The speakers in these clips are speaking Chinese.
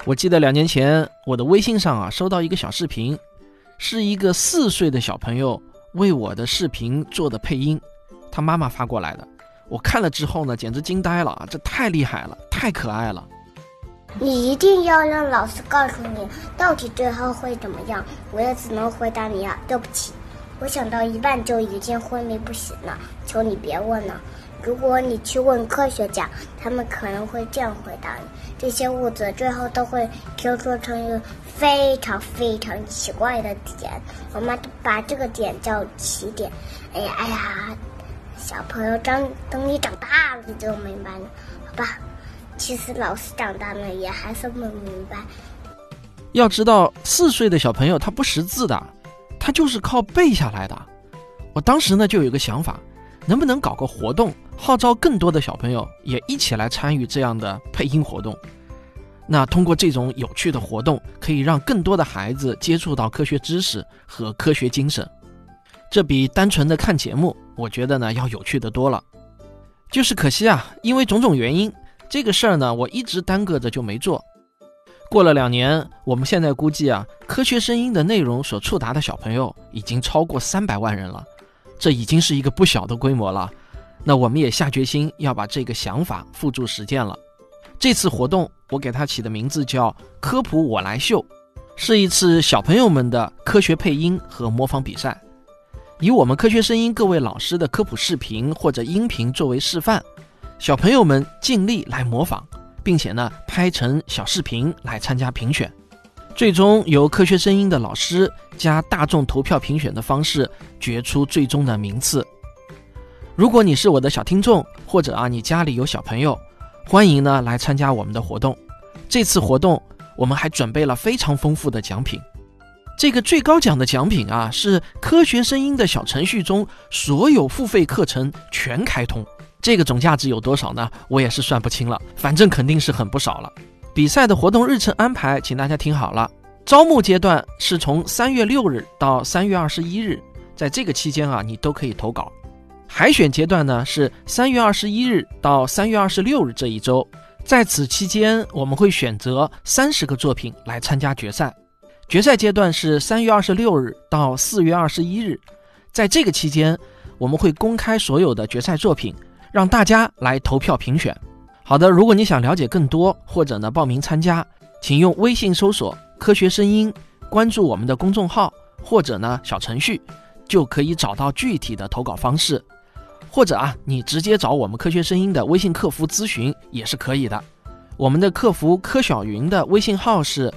我记得2年前我的微信上收到一个小视频，是一个4岁的小朋友为我的视频做的配音，他妈妈发过来的。我看了之后呢，简直惊呆了，这太厉害了，太可爱了。 你一定要让老师告诉你到底最后会怎么样。我也只能回答你对不起，我想到一半就已经昏迷不醒了，求你别问了。如果你去问科学家，他们可能会这样回答你：这些物质最后都会收缩成一个非常非常奇怪的点，我们把这个点叫起点。哎呀，小朋友等你长大了你就明白了，好吧？其实老师长大了也还是不明白。 要知道4岁的小朋友他不识字的，他就是靠背下来的。我当时呢就有一个想法，能不能搞个活动，号召更多的小朋友也一起来参与这样的配音活动。那通过这种有趣的活动，可以让更多的孩子接触到科学知识和科学精神。这比单纯的看节目，我觉得呢要有趣的多了。就是可惜因为种种原因，这个事儿呢我一直耽搁着就没做。过了2年，我们现在估计科学声音的内容所触达的小朋友已经超过300万人了，这已经是一个不小的规模了。那我们也下决心要把这个想法付诸实践了。这次活动我给它起的名字叫科普我来秀，是一次小朋友们的科学配音和模仿比赛，以我们科学声音各位老师的科普视频或者音频作为示范，小朋友们尽力来模仿，并且呢拍成小视频来参加评选，最终由科学声音的老师加大众投票评选的方式决出最终的名次。如果你是我的小听众，或者你家里有小朋友，欢迎呢来参加我们的活动。这次活动我们还准备了非常丰富的奖品，这个最高奖的奖品是科学声音的小程序中所有付费课程全开通。这个总价值有多少呢？我也是算不清了，反正肯定是很不少了。比赛的活动日程安排请大家听好了。招募阶段是从3月6日到3月21日，在这个期间你都可以投稿。海选阶段呢是3月21日到3月26日这一周，在此期间我们会选择30个作品来参加决赛。决赛阶段是3月26日到4月21日，在这个期间我们会公开所有的决赛作品，让大家来投票评选。好的，如果你想了解更多，或者呢报名参加，请用微信搜索科学声音，关注我们的公众号或者呢小程序，就可以找到具体的投稿方式。或者你直接找我们科学声音的微信客服咨询也是可以的。我们的客服柯小云的微信号是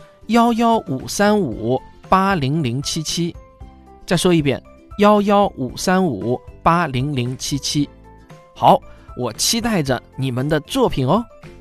11535800077，再说一遍11535800077。好，我期待着你们的作品哦。